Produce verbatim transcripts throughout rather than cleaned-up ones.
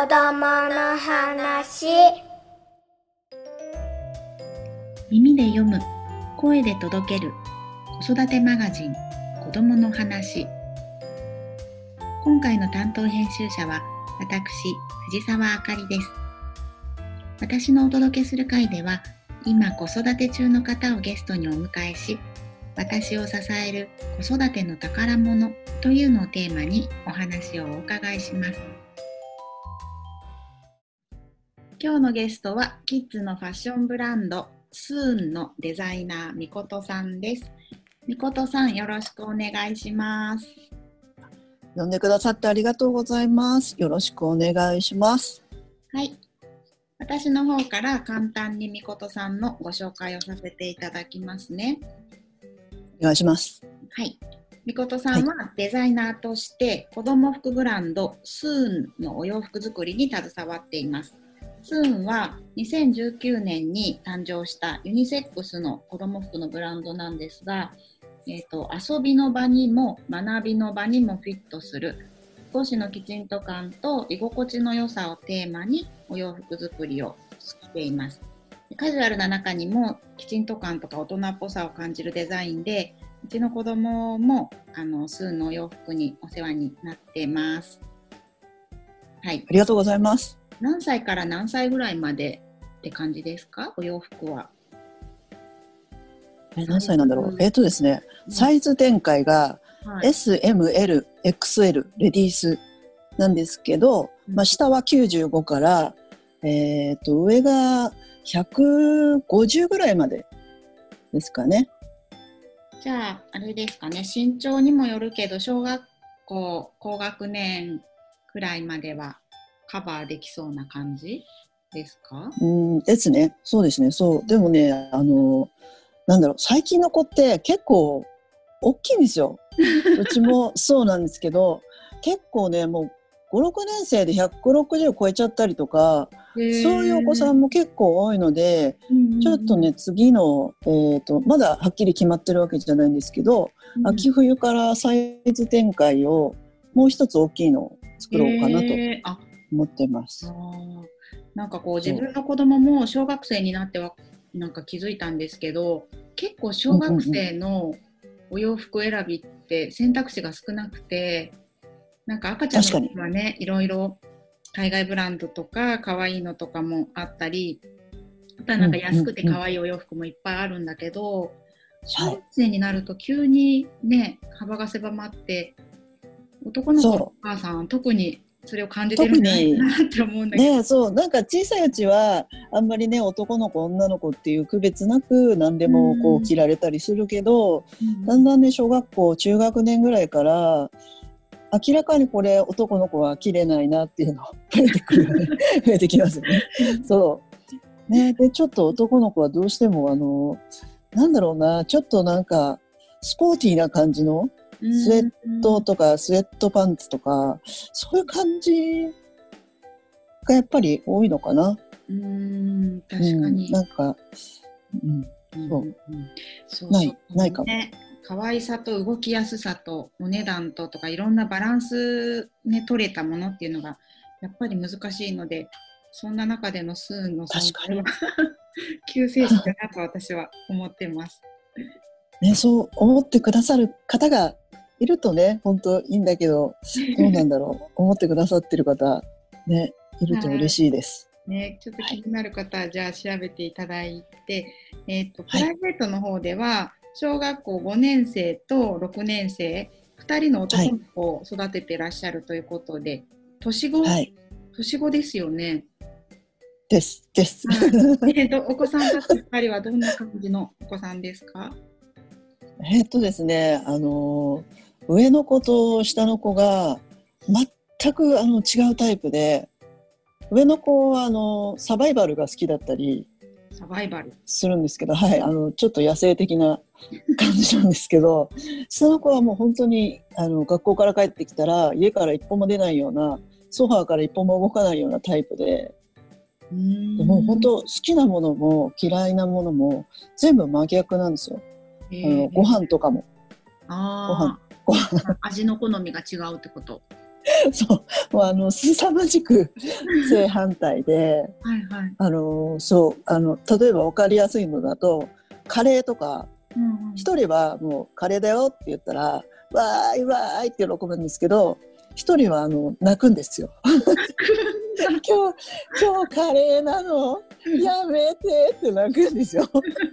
供の話。 耳で読む、声で届ける子育てマガジン子供の話。今回の担当編集者は私、藤沢あかりです。私のお届けする回では、今子育て中の方をゲストにお迎えし、私を支える子育ての宝物というのをテーマにお話をお伺いします。今日のゲストはキッズのファッションブランドスーンのデザイナーみことさんです。みことさん、よろしくお願いします。 呼んでくださってありがとうございます。よろしくお願いします。 はい、私の方から簡単にみことさんのご紹介をさせていただきますね。 お願いします。 はい、みことさんはデザイナーとして子ども服ブランドスーンのお洋服作りに携わっています。スーンはにせんじゅうきゅうねんに誕生したユニセックスの子ども服のブランドなんですが、えーと、遊びの場にも学びの場にもフィットする少しのきちんと感と居心地の良さをテーマにお洋服作りをしています。カジュアルな中にもきちんと感とか大人っぽさを感じるデザインで、うちの子供もあのスーンのお洋服にお世話になってます。はい、 ありがとうございます。 何歳から何歳ぐらいまでって感じですか、お洋服は。 え何歳なんだろう。えっとですね、サイズ展開が エスエムエルエックスエル レディースなんですけど、まあ、下はきゅうじゅうごから、えー、と上がひゃくごじゅうぐらいまでですかね。 じゃああれですかね、身長にもよるけど小学校高学年くらいまではカバーできそうな感じですか？ うんですね。そうですね。そうでもね、あのなんだろう、最近の子って結構大きいんですよ。うちもそうなんですけど、結構ね、もうご、ろくねん生でひゃくろくじゅう超えちゃったりとか、そういうお子さんも結構多いので、うんうんうん、ちょっとね、次の、えーと、まだはっきり決まってるわけじゃないんですけど、うん、秋冬からサイズ展開をもう一つ大きいのを作ろうかなと思ってます。 あなんかこう自分の子供も小学生になってはなんか気づいたんですけど、結構小学生のお洋服選びって選択肢が少なくて、なんか赤ちゃんの時はね、いろいろ海外ブランドとか可愛いのとかもあったり、あとはなんか安くて可愛いお洋服もいっぱいあるんだけど、うんうんうん、小学生になると急にね、幅が狭まって、男の子のお母さん特にそれを感じてるんじゃないかなって思うんだけど、 ね、そうなんか小さいうちはあんまりね、男の子女の子っていう区別なく何でもこう着られたりするけど、うん、だんだんね、小学校中学年ぐらいから明らかにこれ男の子は着れないなっていうのが増えてくるよね増えてきますよねそうね。でちょっと男の子はどうしてもあのなんだろうな、ちょっとなんかスポーティーな感じのスウェットとかスウェットパンツとか、そういう感じがやっぱり多いのかな。 うーん、確かに、 うん、なんか、うん、そう、うん、そうない、ないかも。 可愛さと動きやすさとお値段ととかいろんなバランスね、取れたものっていうのがやっぱり難しいので、そんな中でのスーンの存在は救世主だなと私は思ってます。 ね、そう思ってくださる方がいるとね、本当いいんだけど、どうなんだろう思ってくださってる方、ね、いると嬉しいです、 はいね、ちょっと気になる方は、はい、じゃあ調べていただいて、えーと、プライベートの方では、はい、小学校ごねん生とろくねん生ふたりの男の子を育ててらっしゃるということで、はい、年子、はい、年子ですよね。 ですです、 はいえーと、お子さんたちふたりはどんな感じのお子さんですか？ えーっとですね、あの上の子と下の子が全くあの違うタイプで、上の子はあのサバイバルが好きだったりサバイバルするんですけど、はい、あのちょっと野生的な感じなんですけど下の子はもう本当にあの学校から帰ってきたら家から一歩も出ないような、ソファーから一歩も動かないようなタイプで、うーんでも本当好きなものも嫌いなものも全部真逆なんですよ。あのご飯とかもあご飯ご飯味の好みが違うってこと。 そうもうあの凄まじく正反対ではいはい。 あのそうあの例えば分かりやすいのだとカレーとかうんうん、 一人はもうカレーだよって言ったらわーいわーいって喜ぶんですけど一人はあの泣くんですよ今日今日カレーなのやめてって泣くんですよ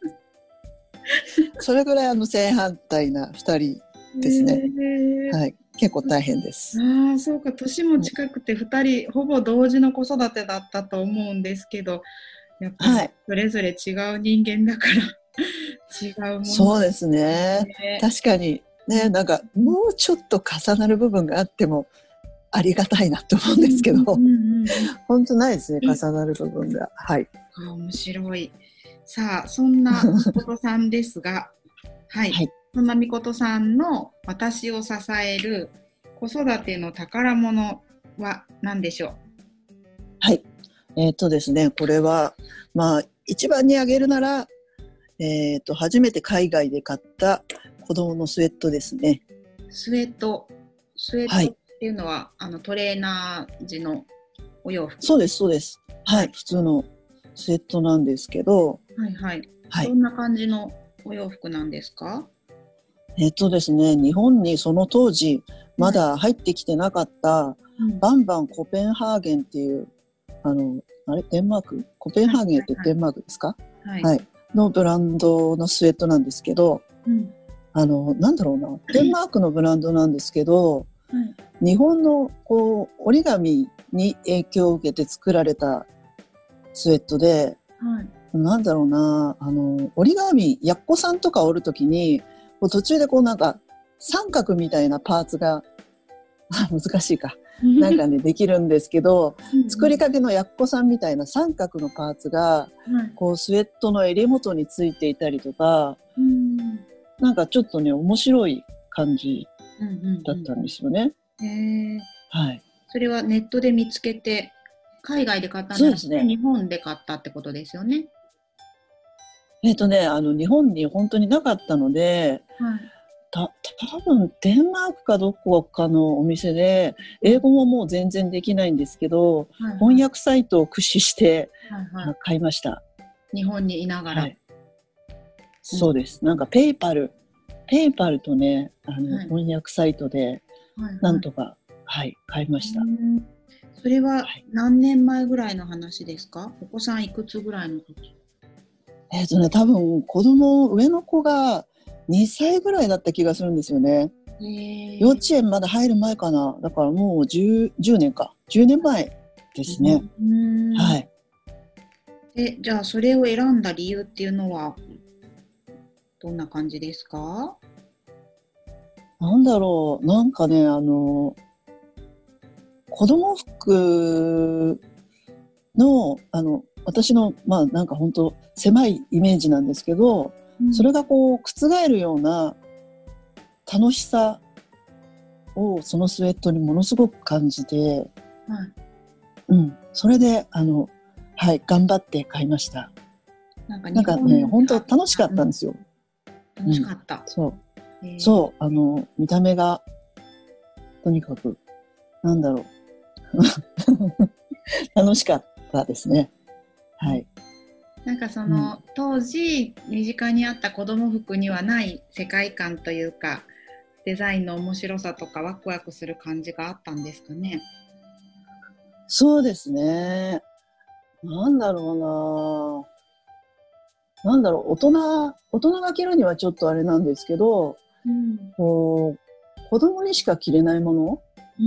それぐらいあの正反対なふたりですね、 へー、 はい、結構大変です。 ああ、そうか、年も近くてふたりほぼ同時の子育てだったと思うんですけど、やっぱりはい、 それぞれ違う人間だから違うものそうですね、 ね。 確かにね、なんかもうちょっと重なる部分があってもありがたいなと思うんですけど、 うんうんうんうん、 本当ないですね、重なる部分が。はい。 あ、面白い。さあ、そんなみことさんですが、はい、はい、そんなみことさんの私を支える子育ての宝物は何でしょう？ はい、えー、っとですね、これはまあ一番に挙げるなら、えー、っと初めて海外で買った子供のスウェットですね。 スウェット、スウェットっていうのは、はい、あのトレーナー地のお洋服。 そうですそうです。はい、普通のスウェットなんですけど、 はいはい。 はい、 どんな感じのお洋服なんですか？ えっとですね、日本にその当時まだ入ってきてなかった、うん、バンバンコペンハーゲンっていうあのあれデンマークコペンハーゲンってデンマークですか？はい、はいはい、のブランドのスウェットなんですけど、うん、あのなんだろうなデンマークのブランドなんですけど、うん、日本のこう折り紙に影響を受けて作られたスウェットで、はい、なんだろうなあの折り紙やっこさんとか折るときに途中でこうなんか三角みたいなパーツが難しいかなんかねできるんですけど作りかけのやっこさんみたいな三角のパーツがこうスウェットの襟元についていたりとか、うん、なんかちょっとね面白い感じだったんですよね。 うんうんうん、へー、 はい、 それはネットで見つけて海外で買ったんじゃなくて、ね、日本で買ったってことですよね。 えっとね、あの日本に本当になかったので、はい、た多分デンマークかどこかのお店で英語ももう全然できないんですけど、はいはい、翻訳サイトを駆使して、はいはい、買いました。 日本にいながら、はい、 そうです。なんかペイパルペイパルとねあの、はい、翻訳サイトでなんとか、はいはい、買いました。 それは何年前ぐらいの話ですか？お子さんいくつぐらいの時？ えっとね、多分子供上の子がにさいぐらいだった気がするんですよね。幼稚園まだ入る前かな。だからもう 10, 10年かじゅうねんまえですね。 うんはい。 えじゃあそれを選んだ理由っていうのはどんな感じですか？ なんだろうなんかねあの子供服のあの私のまあなんか本当狭いイメージなんですけど、うん、それがこう覆るような楽しさをそのスウェットにものすごく感じて、はいうん、それであの、はい、頑張って買いました。なんか, なんかね本当楽しかったんですよ。 楽しかった、うん、 そうそうあの見た目がとにかくなんだろう楽しかったですね。はい。 なんかその、うん、当時身近にあった子供服にはない世界観というかデザインの面白さとかワクワクする感じがあったんですかね。 そうですね。なんだろうな。なんだろう大人大人が着るにはちょっとあれなんですけど、うん、こう子供にしか着れないもの、うん、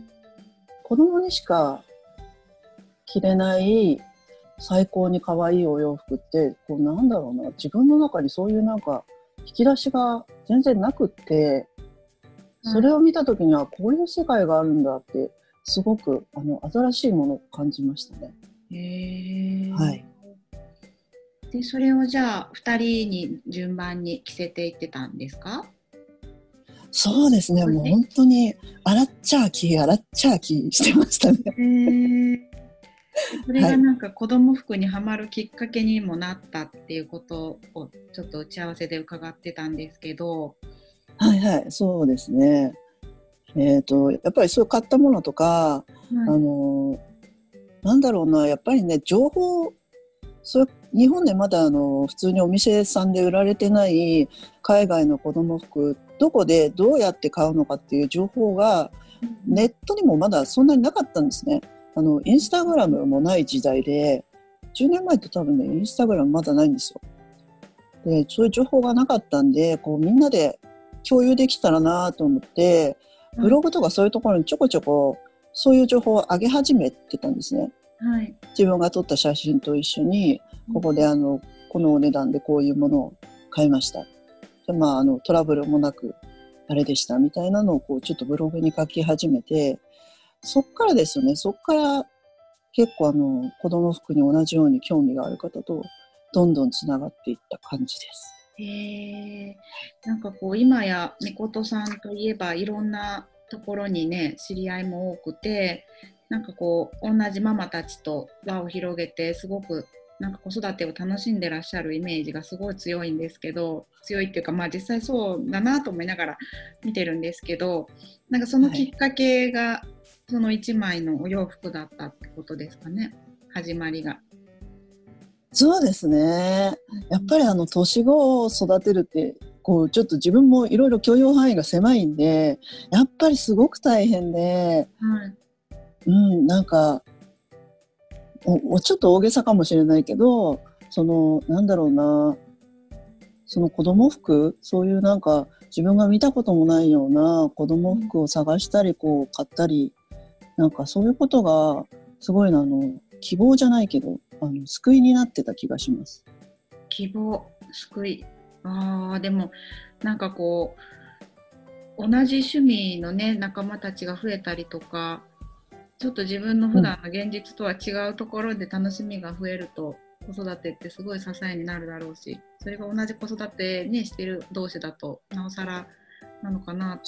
子供にしか着れない最高に可愛いお洋服ってこうなんだろうな自分の中にそういうなんか引き出しが全然なくってそれを見た時にはこういう世界があるんだってすごくあの新しいものを感じましたね。 へー、 はい。 でそれをじゃあふたりに順番に着せていってたんですか？ そうですねもう本当に洗っちゃーき洗っちゃーきしてましたね。 へー、それがなんか子供服にはまるきっかけにもなったっていうことをちょっと打ち合わせで伺ってたんですけど。 はいはいそうですね。 えーと、やっぱりそう買ったものとか、はい、あのなんだろうな、やっぱりね、情報、それ日本でまだあの普通にお店さんで売られてない海外の子供服、どこでどうやって買うのかっていう情報がネットにもまだそんなになかったんですね。あのインスタグラムもない時代で、じゅうねんまえって多分ね、インスタグラムまだないんですよ。で、そういう情報がなかったんで、こうみんなで共有できたらなと思って、ブログとかそういうところにちょこちょこそういう情報を上げ始めてたんですね。はい、自分が撮った写真と一緒に、ここであのこのお値段でこういうものを買いました。で、まあ、あのトラブルもなくあれでしたみたいなのをこうちょっとブログに書き始めて、そっからですよね。そっから結構あの子供服に同じように興味がある方とどんどんつながっていった感じです。 へー、なんかこう今やみことさんといえばいろんなところにね知り合いも多くて、なんかこう同じママたちと輪を広げてすごくなんか子育てを楽しんでらっしゃるイメージがすごい強いんですけど、強いっていうかまあ実際そうだなと思いながら見てるんですけど、なんかそのきっかけがそのいちまいのお洋服だったってことですかね、始まりが。 そうですね。やっぱりあの年子を育てるってこうちょっと自分もいろいろ許容範囲が狭いんで、やっぱりすごく大変で、はい、うん、なんかおちょっと大げさかもしれないけど、そのなんだろうな、その子供服、そういうなんか自分が見たこともないような子供服を探したりこう買ったり、なんかそういうことがすごいな、あの希望じゃないけどあの救いになってた気がします。 希望、救い。ああ、でもなんかこう同じ趣味のね仲間たちが増えたりとか、ちょっと自分の普段の現実とは違うところで楽しみが増えると、うん、子育てってすごい支えになるだろうし、それが同じ子育てねしてる同士だとなおさらなのかなって、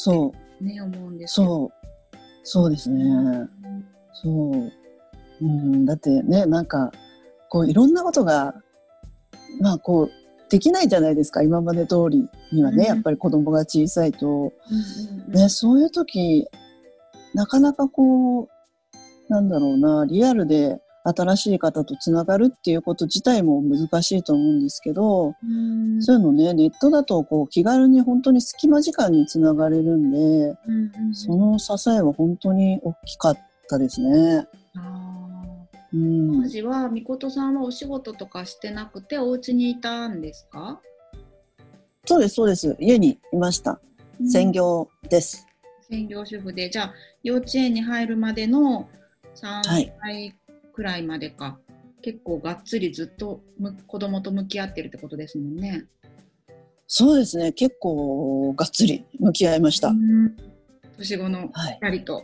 ね、思うんですけど。 そうそうですね、うん、そう、うん、だってね、なんかこういろんなことがまあこうできないじゃないですか、今まで通りにはね、うん、やっぱり子供が小さいと、うんうんうんね、そういう時なかなかこうなんだろうな、リアルで新しい方とつながるっていうこと自体も難しいと思うんですけど、うん、そういうのね、ネットだとこう気軽に本当に隙間時間につながれるんで、うんうん、その支えは本当に大きかったですね。 あ、うん、当時はみことさんはお仕事とかしてなくてお家にいたんですか？ そうですそうです、家にいました。専業です、 うん、専業主婦で、じゃあ幼稚園に入るまでのさんさいくらいまでか、はい、結構がっつりずっと子供と向き合ってるってことですもんね。 そうですね、結構がっつり向き合いました。うん、 年子のふたりと、はい、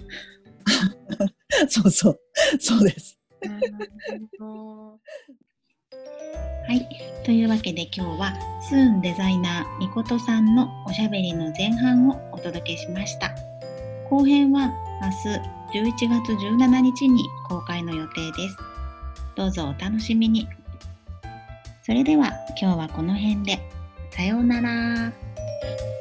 そうそうそうです。 はい、というわけで今日はスーンデザイナーみことさんのおしゃべりの前半をお届けしました。後編は明日じゅういちがつじゅうしちにちに公開の予定です。どうぞお楽しみに。それでは今日はこの辺で。さようなら。